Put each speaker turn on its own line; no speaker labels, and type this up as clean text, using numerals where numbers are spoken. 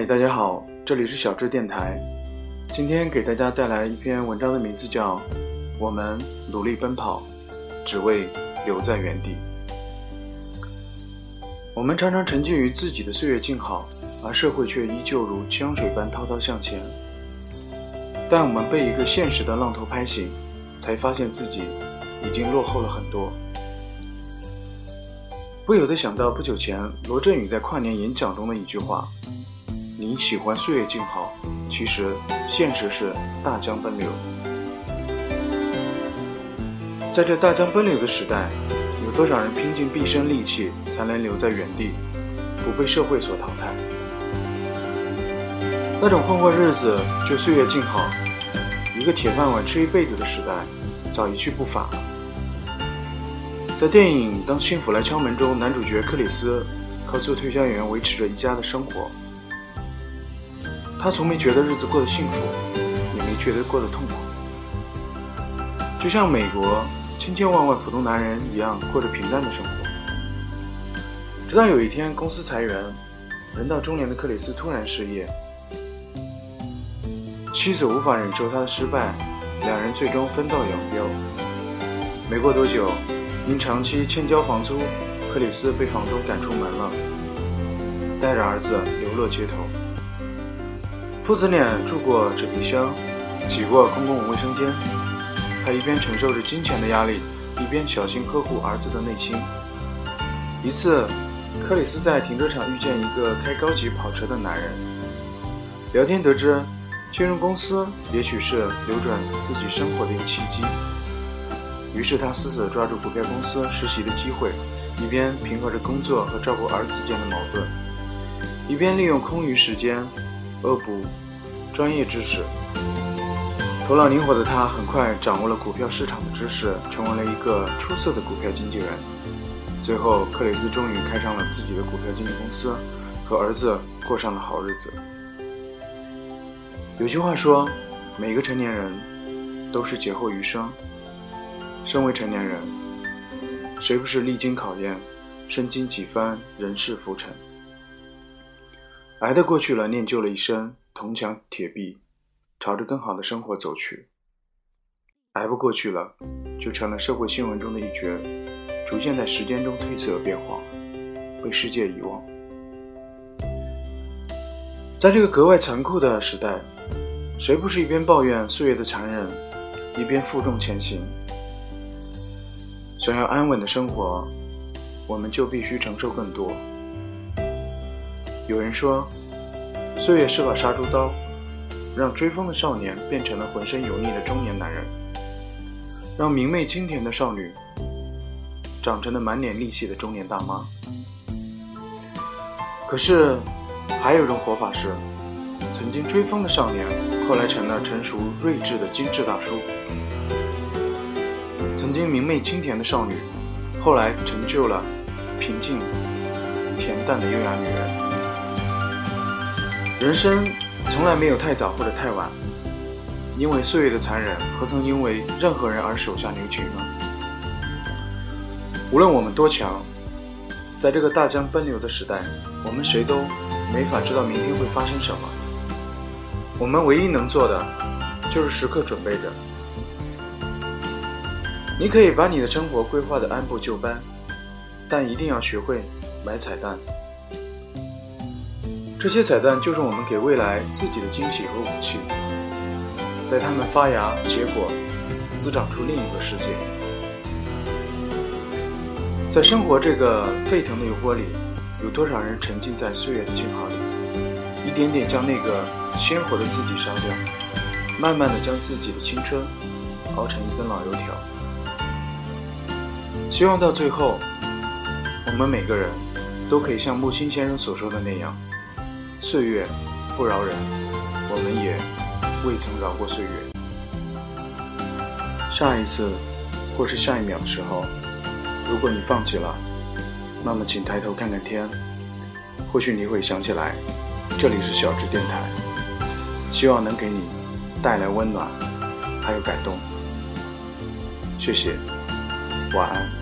嗨，大家好，这里是小智电台。今天给大家带来一篇文章的名字叫《我们努力奔跑，只为留在原地》。我们常常沉浸于自己的岁月静好，而社会却依旧如江水般滔滔向前。但我们被一个现实的浪头拍醒，才发现自己已经落后了很多。不由得想到不久前罗振宇在跨年演讲中的一句话：你喜欢岁月静好，其实现实是大江奔流。在这大江奔流的时代，有多少人拼尽毕生力气才能留在原地，不被社会所淘汰？那种混混日子就岁月静好，一个铁饭碗吃一辈子的时代早一去不返了。在电影《当幸福来敲门》中，男主角克里斯靠做推销员维持着一家的生活。他从没觉得日子过得幸福，也没觉得过得痛苦，就像美国千千万万普通男人一样过着平淡的生活。直到有一天公司裁员，人到中年的克里斯突然失业，妻子无法忍受他的失败，两人最终分道扬镳。没过多久，因长期欠交房租，克里斯被房东赶出门了，带着儿子流落街头。父子俩住过纸皮箱，挤过公共卫生间，他一边承受着金钱的压力，一边小心呵护儿子的内心。一次，克里斯在停车场遇见一个开高级跑车的男人，聊天得知金融公司也许是扭转自己生活的一个契机。于是他死死地抓住股票公司实习的机会，一边平衡着工作和照顾儿子间的矛盾，一边利用空余时间恶补专业知识。头脑灵活的他很快掌握了股票市场的知识，成为了一个出色的股票经纪人。最后克里斯终于开上了自己的股票经纪公司，和儿子过上了好日子。有句话说，每个成年人都是劫后余生。身为成年人，谁不是历经考验，身经几番人事浮沉？挨得过去了，练就了一身铜墙铁壁，朝着更好的生活走去；挨不过去了，就成了社会新闻中的一角，逐渐在时间中褪色变黄，被世界遗忘。在这个格外残酷的时代，谁不是一边抱怨岁月的残忍，一边负重前行？想要安稳的生活，我们就必须承受更多。有人说，岁月是把杀猪刀，让追风的少年变成了浑身油腻的中年男人，让明媚清甜的少女长成了满脸戾气的中年大妈。可是还有一种活法是，曾经追风的少年后来成了成熟睿智的精致大叔，曾经明媚清甜的少女后来成就了平静恬淡的优雅女人。人生从来没有太早或者太晚，因为岁月的残忍，何曾因为任何人而手下留情呢？无论我们多强，在这个大江奔流的时代，我们谁都没法知道明天会发生什么。我们唯一能做的就是时刻准备着。你可以把你的生活规划得按部就班，但一定要学会买彩蛋。这些彩蛋就是我们给未来自己的惊喜和武器，待它们发芽结果，滋长出另一个世界。在生活这个沸腾的油锅里，有多少人沉浸在岁月的静好里，一点点将那个鲜活的自己烧掉，慢慢地将自己的青春熬成一根老油条。希望到最后，我们每个人都可以像木心先生所说的那样，岁月不饶人，我们也未曾饶过岁月。下一次或是下一秒的时候，如果你放弃了，那么请抬头看看天，或许你会想起来，这里是小智电台，希望能给你带来温暖还有感动。谢谢，晚安。